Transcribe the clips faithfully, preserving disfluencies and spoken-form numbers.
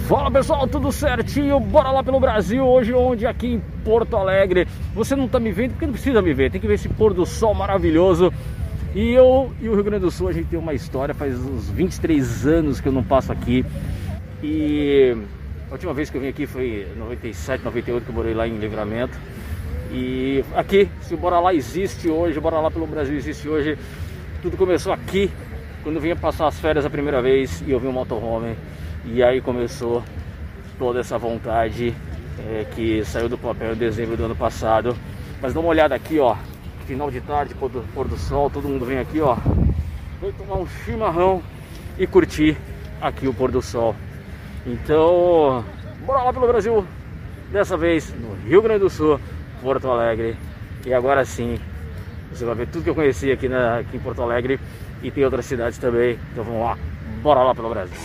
Fala pessoal, tudo certinho? Bora lá pelo Brasil hoje, onde aqui em Porto Alegre. Você não tá me vendo porque não precisa me ver, tem que ver esse pôr do sol maravilhoso. E eu e o Rio Grande do Sul, a gente tem uma história, faz uns vinte e três anos que eu não passo aqui. E a última vez que eu vim aqui foi em noventa e sete, noventa e oito, que eu morei lá em Livramento. E aqui, se o Bora Lá existe hoje, Bora Lá pelo Brasil existe hoje, tudo começou aqui, quando eu vinha passar as férias a primeira vez e eu vi um motorhome. E aí começou toda essa vontade é, que saiu do papel em dezembro do ano passado. Mas dá uma olhada aqui, ó, final de tarde, pôr do, pôr do sol, todo mundo vem aqui, ó, vem tomar um chimarrão e curtir aqui o pôr do sol. Então, bora lá pelo Brasil, dessa vez no Rio Grande do Sul, Porto Alegre. E agora sim, você vai ver tudo que eu conheci aqui, na, aqui em Porto Alegre. E tem outras cidades também, então vamos lá, bora lá pelo Brasil.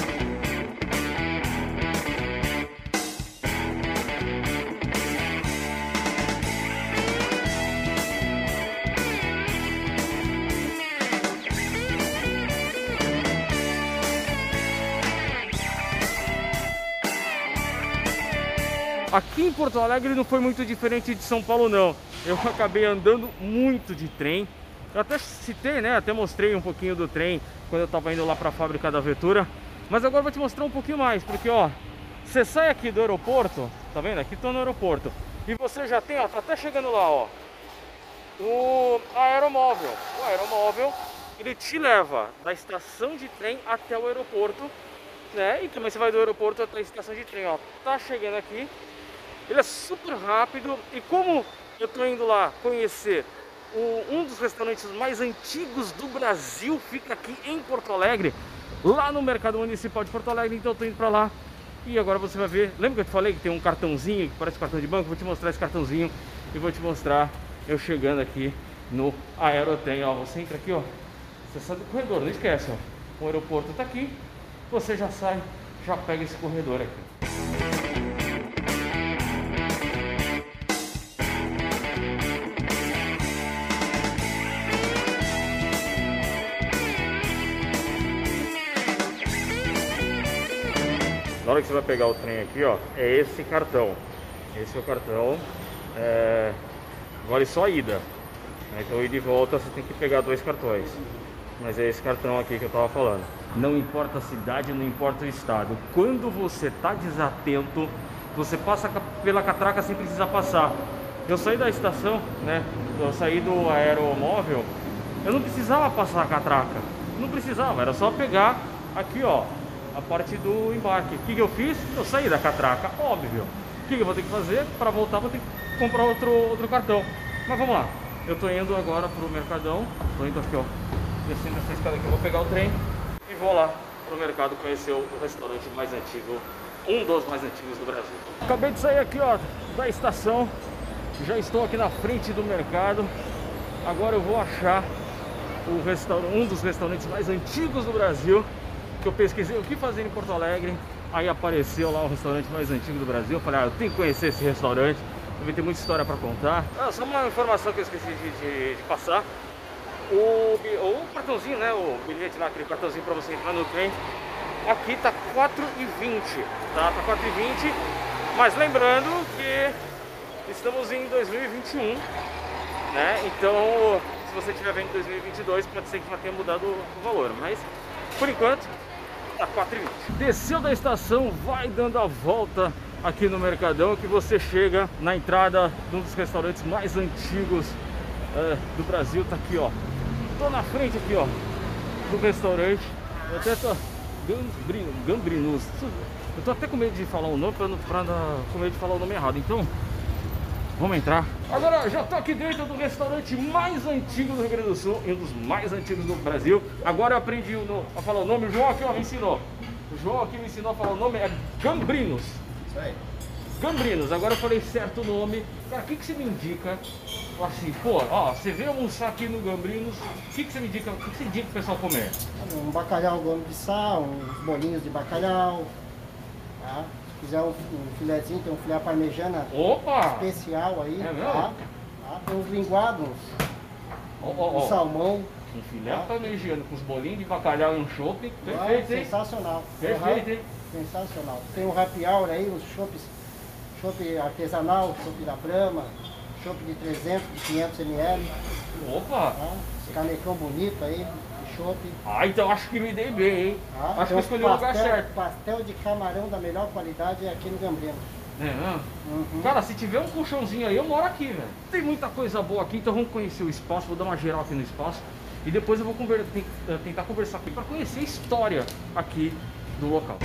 Aqui em Porto Alegre não foi muito diferente de São Paulo não. Eu acabei andando muito de trem. Eu até citei, né? Até mostrei um pouquinho do trem quando eu tava indo lá para a fábrica da Vetura. Mas agora eu vou te mostrar um pouquinho mais, porque ó, você sai aqui do aeroporto, tá vendo? Aqui tô no aeroporto. E você já tem, ó, tá até chegando lá, ó, o aeromóvel. O aeromóvel, ele te leva da estação de trem até o aeroporto, né? E também você vai do aeroporto até a estação de trem, ó. Tá chegando aqui. Ele é super rápido. E como eu tô indo lá conhecer o, um dos restaurantes mais antigos do Brasil, fica aqui em Porto Alegre, lá no Mercado Municipal de Porto Alegre. Então eu tô indo pra lá. E agora você vai ver. Lembra que eu te falei que tem um cartãozinho que parece cartão de banco? Vou te mostrar esse cartãozinho e vou te mostrar eu chegando aqui no Aerotrem. Ó, você entra aqui, ó, você sai do corredor, não esquece, ó. O aeroporto tá aqui. Você já sai, já pega esse corredor aqui. Na hora que você vai pegar o trem aqui, ó, é esse cartão. Esse é o cartão, é, vale só a ida. Então, ida e volta, você tem que pegar dois cartões. Mas é esse cartão aqui que eu tava falando. Não importa a cidade, não importa o estado. Quando você tá desatento, você passa pela catraca sem precisar passar. Eu saí da estação, né? Eu saí do aeromóvel. Eu não precisava passar a catraca. Não precisava, era só pegar aqui, ó, a parte do embarque. O que, que eu fiz? Eu saí da catraca, óbvio. O que, que eu vou ter que fazer? Para voltar, vou ter que comprar outro, outro cartão. Mas vamos lá. Eu tô indo agora pro Mercadão. Tô indo aqui, ó, descendo essa escada aqui, eu vou pegar o trem e vou lá pro mercado conhecer o restaurante mais antigo, um dos mais antigos do Brasil. Acabei de sair aqui, ó, da estação. Já estou aqui na frente do mercado. Agora eu vou achar o restaurante, um dos restaurantes mais antigos do Brasil, que eu pesquisei o que fazer em Porto Alegre. Aí apareceu lá o restaurante mais antigo do Brasil. Eu falei, ah, eu tenho que conhecer esse restaurante. Deve ter muita história para contar. Ah, só uma informação que eu esqueci de, de, de passar. O, o cartãozinho, né, o bilhete lá, aquele cartãozinho para você entrar no trem, aqui tá quatro e vinte, tá? Tá quatro e vinte, mas lembrando que estamos em dois mil e vinte e um, né? Então, se você estiver vendo em dois mil e vinte e dois, pode ser que já tenha mudado o valor, mas por enquanto tá quatro e vinte. Desceu da estação, vai dando a volta aqui no Mercadão, que você chega na entrada de um dos restaurantes mais antigos é, do Brasil. Tá aqui, ó. Tô na frente aqui, ó, do restaurante. Eu até tô Gambrinos, Gambrinos. Eu tô até com medo de falar o nome, pra não, pra não, com medo de falar o nome errado. Então, vamos entrar. Agora, já tô aqui dentro do restaurante mais antigo do Rio Grande do Sul, e um dos mais antigos do Brasil. Agora eu aprendi o, a falar o nome. O João aqui, ó, me ensinou. O João aqui me ensinou a falar o nome, é Gambrinos. Isso aí. Gambrinos, agora eu falei certo o nome. Cara, o que, que você me indica? Assim, pô, ó, você veio almoçar aqui no Gambrinos, o que, que você me indica? O que, que você indica pro pessoal comer? Um bacalhau gomo de sal, uns bolinhos de bacalhau, tá? Se quiser um, um filezinho, tem um filé parmejana. Opa! Especial aí, é mesmo? Tá? Tá? Tem uns linguados, oh, oh, oh. um salmão. Um filé parmegiano com os bolinhos de bacalhau e um chopp. Ah, Perfeito, hein? sensacional. Perfeito, hein? Sensacional. Tem o happy hour aí, os chopps, chopp artesanal, chopp da Brahma, chopp de trezentos, de quinhentos mililitros. Opa! Tá? Esse canecão bonito aí, de chopp. Ah, então acho que me dei bem, hein? Tá? Acho que eu escolhi o lugar certo. Pastel de camarão da melhor qualidade é aqui no Gambrino. É, né? Uhum. Cara, se tiver um colchãozinho aí, eu moro aqui, velho. Tem muita coisa boa aqui, então vamos conhecer o espaço, vou dar uma geral aqui no espaço. E depois eu vou conver tentar conversar aqui para conhecer a história aqui do local.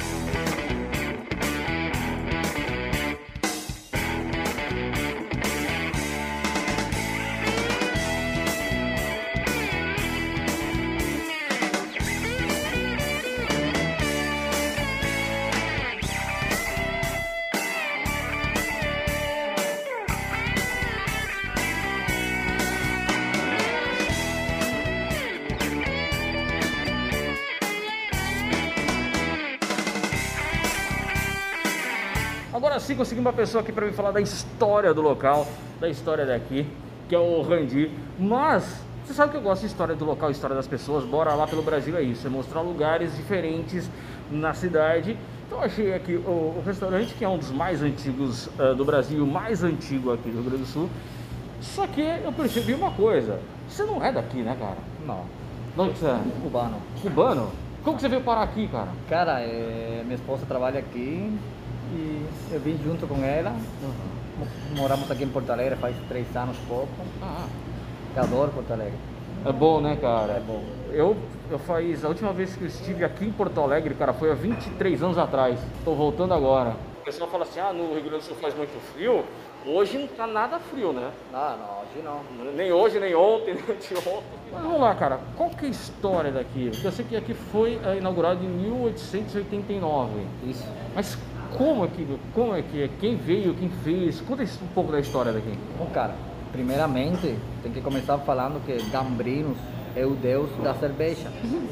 Agora sim consegui uma pessoa aqui para me falar da história do local, da história daqui, que é o Randy. Mas você sabe que eu gosto de história do local, história das pessoas. Bora lá pelo Brasil, é isso, é mostrar lugares diferentes na cidade. Então achei aqui o, o restaurante, que é um dos mais antigos uh, do Brasil, o mais antigo aqui do Rio Grande do Sul. Só que eu percebi uma coisa, você não é daqui, né, cara? Não. De onde você é? Cubano. Cubano? Como que você veio parar aqui, cara? Cara, é, minha esposa trabalha aqui e eu vim junto com ela. Uhum. Moramos aqui em Porto Alegre faz três anos e pouco. Ah, Eu adoro Porto Alegre. é bom, né, cara? É bom. Eu, eu faz, a última vez que eu estive aqui em Porto Alegre, cara, foi há vinte e três anos atrás. Tô voltando agora. O pessoal fala assim, ah, no Rio Grande do Sul faz muito frio. Hoje não tá nada frio, né? Não, não, hoje não. Nem hoje, nem ontem, nem anteontem. Mas vamos lá, cara, qual que é a história daqui? Porque eu sei que aqui foi é, inaugurado em mil oitocentos e oitenta e nove. Isso. Mas como é que, como é que é? Quem veio, quem fez? Conta um pouco da história daqui. Bom, cara, primeiramente tem que começar falando que Gambrinos é o deus da cerveja.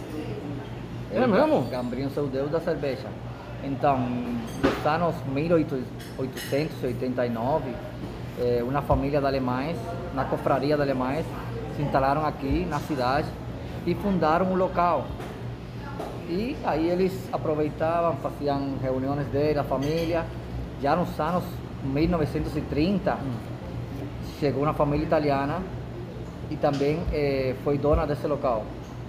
É mesmo? Gambrinos é o deus da cerveja. Então, nos anos mil oitocentos e oitenta e nove, eh, uma família de alemães, na confraria de alemães, se instalaram aqui na cidade e fundaram um local. E aí eles aproveitavam, faziam reuniões dele, a família. Já nos anos mil novecentos e trinta, chegou uma família italiana e também eh, foi dona desse local.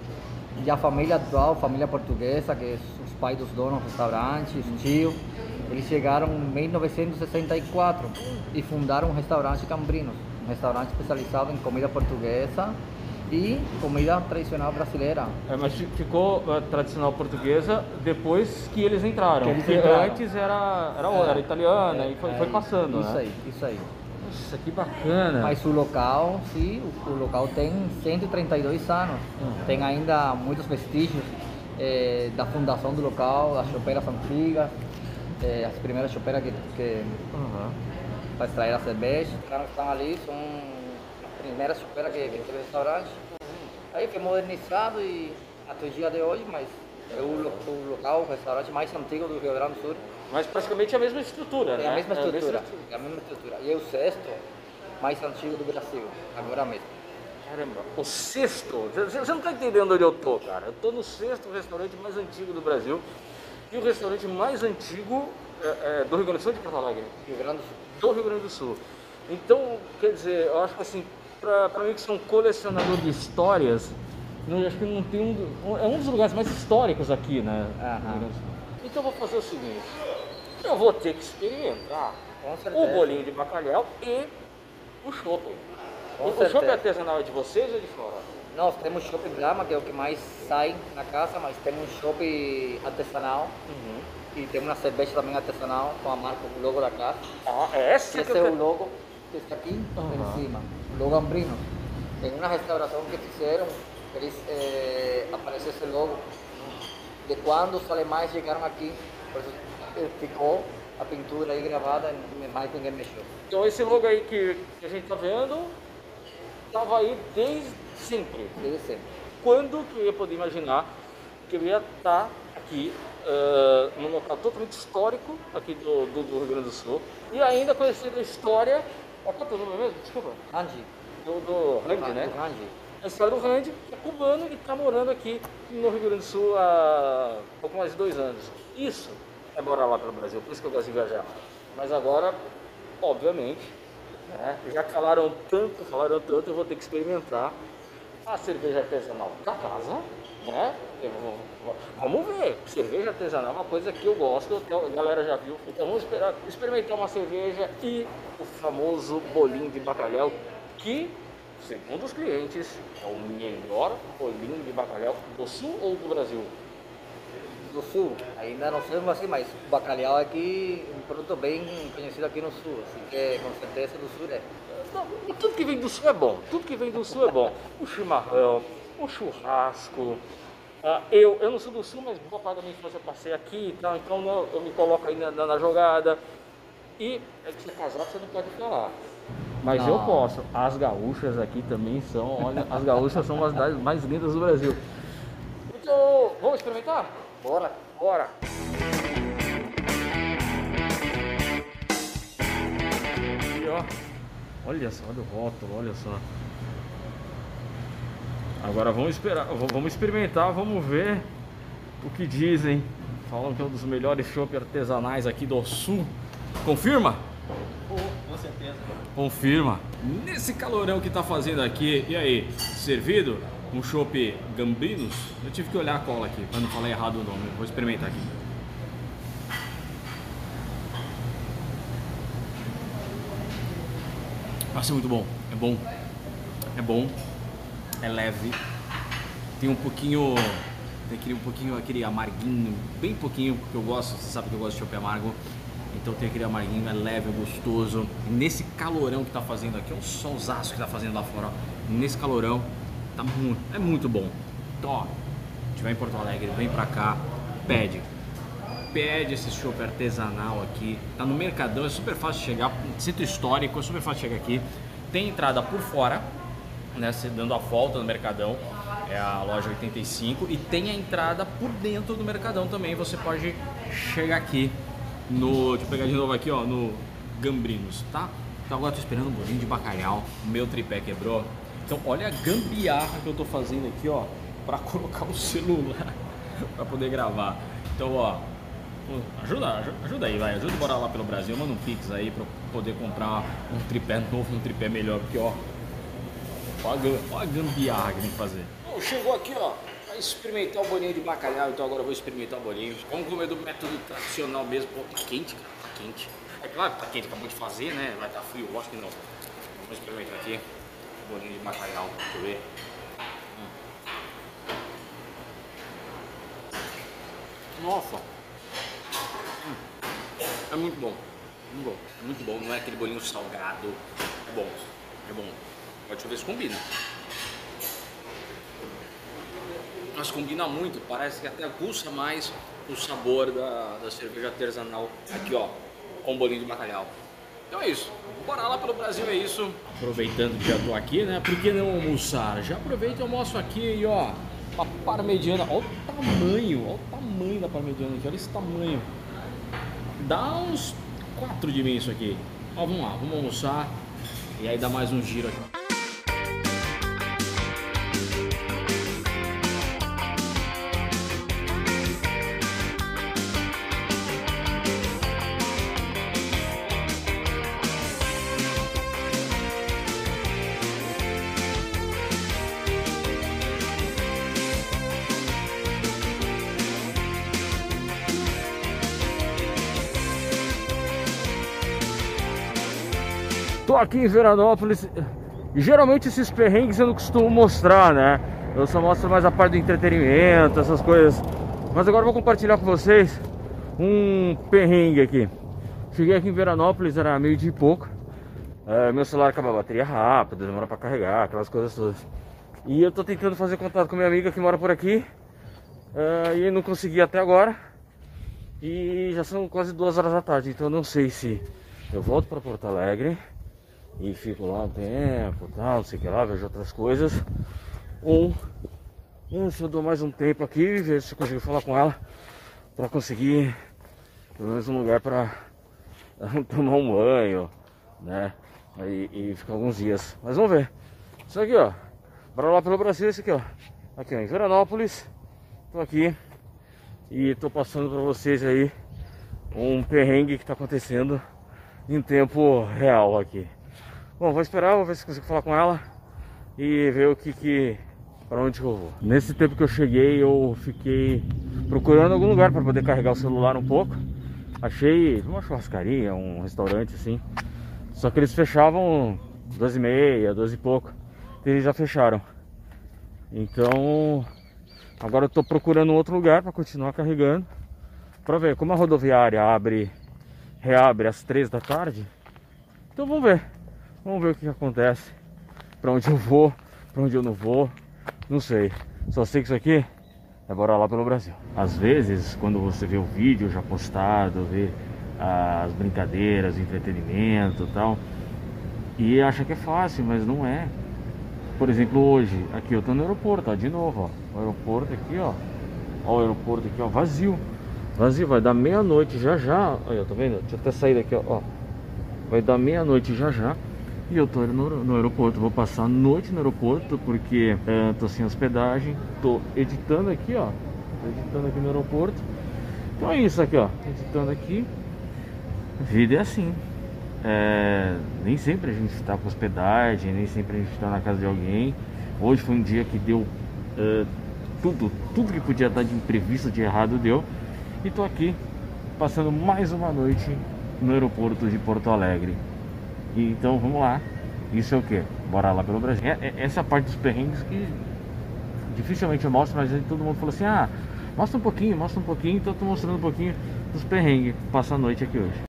E a família atual, família portuguesa, que os pais dos donos do restaurante, os tios, eles chegaram em mil novecentos e sessenta e quatro e fundaram um restaurante Gambrinos, um restaurante especializado em comida portuguesa e comida tradicional brasileira. É, mas ficou uh, tradicional portuguesa depois que eles entraram. Que eles Porque entraram. antes era, era, É, era italiana é, e foi, é, foi passando, isso né? aí, isso aí. Nossa, que bacana. Mas o local, sim, o, o local tem cento e trinta e dois anos. Uhum. Tem ainda muitos vestígios eh, da fundação do local, das chopeiras antigas, eh, as primeiras chopeiras que, que Uhum. para extrair a cerveja. Os caras que estão ali são as primeiras chopeiras que, que teve o restaurante. Aí foi modernizado e até o dia de hoje, mas é o, lo- o local, o restaurante mais antigo do Rio Grande do Sul. Mas praticamente a mesma estrutura, né? É a mesma É estrutura, é a mesma estrutura. E é o sexto mais antigo do Brasil, agora mesmo. Caramba, o sexto? Você você não tá entendendo onde eu tô, cara. Eu tô no sexto restaurante mais antigo do Brasil e o restaurante mais antigo é, é, do Rio Grande do Sul ou de Porto Alegre? Rio Grande do Sul. Do Rio Grande do Sul. Então, quer dizer, eu acho que assim, pra, pra mim que sou um colecionador de histórias, não, eu acho que não tem um, é um dos lugares mais históricos aqui, né? Aham. no Rio Grande do Sul. Então eu vou fazer o seguinte, eu vou ter que experimentar Com o certeza. bolinho de bacalhau e o chopp. Com O, o certeza. chopp artesanal é de vocês ou é de fora? Nós temos chopp Brahma, que é o que mais sai na casa, mas temos um chopp artesanal Uhum. e temos uma cerveja também artesanal com a marca, o logo da casa. Ah, é essa Esse que é eu o logo que está aqui Aham. em cima, o logo Gambrino. Em uma restauração que fizeram, eles eh, apareceu esse logo de quando os alemães chegaram aqui, por isso eh, ficou a pintura aí gravada e mais ninguém mexeu. Então esse logo aí que, que a gente tá vendo, tava aí desde sempre. Desde sempre. Quando que eu ia poder imaginar que eu ia estar aqui uh, num local totalmente histórico aqui do, do, do Rio Grande do Sul e ainda conhecendo a história, qual que é o teu nome mesmo? Desculpa. Randy. Do, do Randy, né? Randy. A história do Randy, que é cubano e está morando aqui no Rio Grande do Sul há pouco mais de dois anos. Isso é morar lá pelo Brasil, por isso que eu gosto de viajar. Mas agora, obviamente, né, já falaram tanto, falaram tanto, eu vou ter que experimentar a cerveja artesanal da casa, né? Eu vou, vamos ver, cerveja artesanal é uma coisa que eu gosto, a galera já viu, então vamos esperar, experimentar uma cerveja e o famoso bolinho de bacalhau, que, segundo os clientes, é o melhor bolinho de bacalhau do sul ou do Brasil? Do sul, ainda não sei assim, mas o bacalhau aqui é um produto bem conhecido aqui no sul, assim que com certeza do sul é. Não, e tudo que vem do sul é bom, tudo que vem do sul é bom. O chimarrão, o churrasco. Ah, eu, eu não sou do sul, mas boa parte da minha infância eu passei aqui e tal, então eu, eu me coloco aí na, na, na jogada. E é que você é casado, você não pode falar. Mas não. Eu posso. As gaúchas aqui também são, olha, as gaúchas são uma das mais lindas do Brasil. Então, vamos experimentar? Bora! Bora! E ó, olha só, olha o rótulo, olha só. Agora vamos esperar, vamos experimentar, vamos ver o que dizem. Falam que é um dos melhores chopp artesanais aqui do sul. Confirma? Oh, com certeza. Confirma. Nesse calorão que tá fazendo aqui, e aí, servido? Um chopp Gambrinos. Eu tive que olhar a cola aqui para não falar errado o nome. Vou experimentar aqui. Nossa, é muito bom. É bom. É bom. É leve. Tem um pouquinho. Tem aquele um pouquinho aquele amarguinho, bem pouquinho, porque eu gosto. Você sabe que eu gosto de chopp amargo. Então tem aquele amarguinho, é leve, é gostoso. E nesse calorão que tá fazendo aqui, é um solzaço que tá fazendo lá fora, ó. Nesse calorão. Tá muito, é muito bom. Então, ó, se estiver em Porto Alegre, vem pra cá, pede. Pede esse chopp artesanal aqui. Tá no Mercadão, é super fácil de chegar. Centro histórico, é super fácil de chegar aqui. Tem entrada por fora, né? Você dando a volta no Mercadão, é a loja oitenta e cinco. E tem a entrada por dentro do Mercadão também. Você pode chegar aqui no. Deixa eu pegar de novo aqui, ó, no Gambrinos, tá? Então agora eu tô esperando um bolinho de bacalhau. O meu tripé quebrou. Então olha a gambiarra que eu tô fazendo aqui, ó, para colocar o celular para poder gravar. Então, ó, ajuda, ajuda aí, vai, ajuda a morar lá pelo Brasil, manda um pix aí para poder comprar um tripé novo, um tripé melhor, porque ó, olha a gambiarra que tem que fazer. Bom, chegou aqui, ó, para experimentar o bolinho de bacalhau, então agora eu vou experimentar o bolinho. Vamos comer do método tradicional mesmo. Pô, tá quente, cara, tá quente. É claro que tá quente, acabou de fazer, né? Vai estar frio, eu acho que não. Vamos experimentar aqui. Bolinho de bacalhau, deixa eu ver. Hum. Nossa! Hum. É muito bom. Muito bom. Muito bom. Não é aquele bolinho salgado. É bom. É bom. Deixa eu ver se combina. Mas combina muito. Parece que até aguça mais o sabor da, da cerveja artesanal. Aqui, ó. Com o bolinho de bacalhau. Então é isso, bora lá pelo Brasil, é isso. Aproveitando que já tô aqui, né? Por que não almoçar? Já aproveito e almoço aqui e ó, uma parmegiana. Olha o tamanho, olha o tamanho da parmegiana aqui, olha esse tamanho. Dá uns quatro de mim isso aqui. Ó, vamos lá, vamos almoçar e aí dá mais um giro aqui. Tô aqui em Veranópolis. Geralmente esses perrengues eu não costumo mostrar, né? Eu só mostro mais a parte do entretenimento, essas coisas. Mas agora eu vou compartilhar com vocês um perrengue aqui. Cheguei aqui em Veranópolis, era meio dia e pouco. é, Meu celular acaba a bateria rápido, demora pra carregar, aquelas coisas todas. E eu tô tentando fazer contato com minha amiga que mora por aqui, é, e não consegui até agora. E já são quase duas horas da tarde, então eu não sei se eu volto pra Porto Alegre e fico lá um tempo, tal, não sei o que lá, vejo outras coisas. Ou se eu dou mais um tempo aqui, ver se eu consigo falar com ela pra conseguir pelo menos um lugar pra tomar um banho, né? E, e ficar alguns dias. Mas vamos ver. Isso aqui, ó. Bora lá pelo Brasil, esse aqui, ó. Aqui, ó, em Veranópolis. Tô aqui e tô passando pra vocês aí um perrengue que tá acontecendo em tempo real aqui. Bom, vou esperar, vou ver se consigo falar com ela e ver o que que... para onde eu vou. Nesse tempo que eu cheguei, eu fiquei procurando algum lugar para poder carregar o celular um pouco. Achei uma churrascaria, um restaurante assim. Só que eles fechavam doze e meia, doze e pouco. Eles já fecharam. Então, agora eu tô procurando outro lugar para continuar carregando. Para ver, como a rodoviária abre, reabre às três da tarde. Então vamos ver. Vamos ver o que, que acontece. Para onde eu vou, para onde eu não vou. Não sei, só sei que isso aqui é bora lá pelo Brasil. Às vezes, quando você vê o vídeo já postado, vê as brincadeiras, o entretenimento e tal, e acha que é fácil, mas não é. Por exemplo, hoje, aqui eu tô no aeroporto, ó, de novo, ó, o aeroporto aqui, ó, ó, o aeroporto aqui, ó, vazio, vazio, vai dar meia-noite já já, olha, tá vendo? Deixa eu até sair daqui, ó, ó. Vai dar meia-noite já já. E eu tô no, no aeroporto, vou passar a noite no aeroporto porque é, tô sem hospedagem, tô editando aqui, ó, tô editando aqui no aeroporto. Então é isso aqui, ó, editando aqui. A vida é assim, é, nem sempre a gente está com hospedagem, nem sempre a gente está na casa de alguém. Hoje foi um dia que deu é, tudo, tudo que podia dar de imprevisto, de errado deu. E tô aqui passando mais uma noite no aeroporto de Porto Alegre. Então vamos lá, isso é o que? Bora lá pelo Brasil. É, é, essa é a parte dos perrengues que dificilmente eu mostro, mas todo mundo falou assim, ah, mostra um pouquinho, mostra um pouquinho, então eu tô mostrando um pouquinho dos perrengues, passa a noite aqui hoje.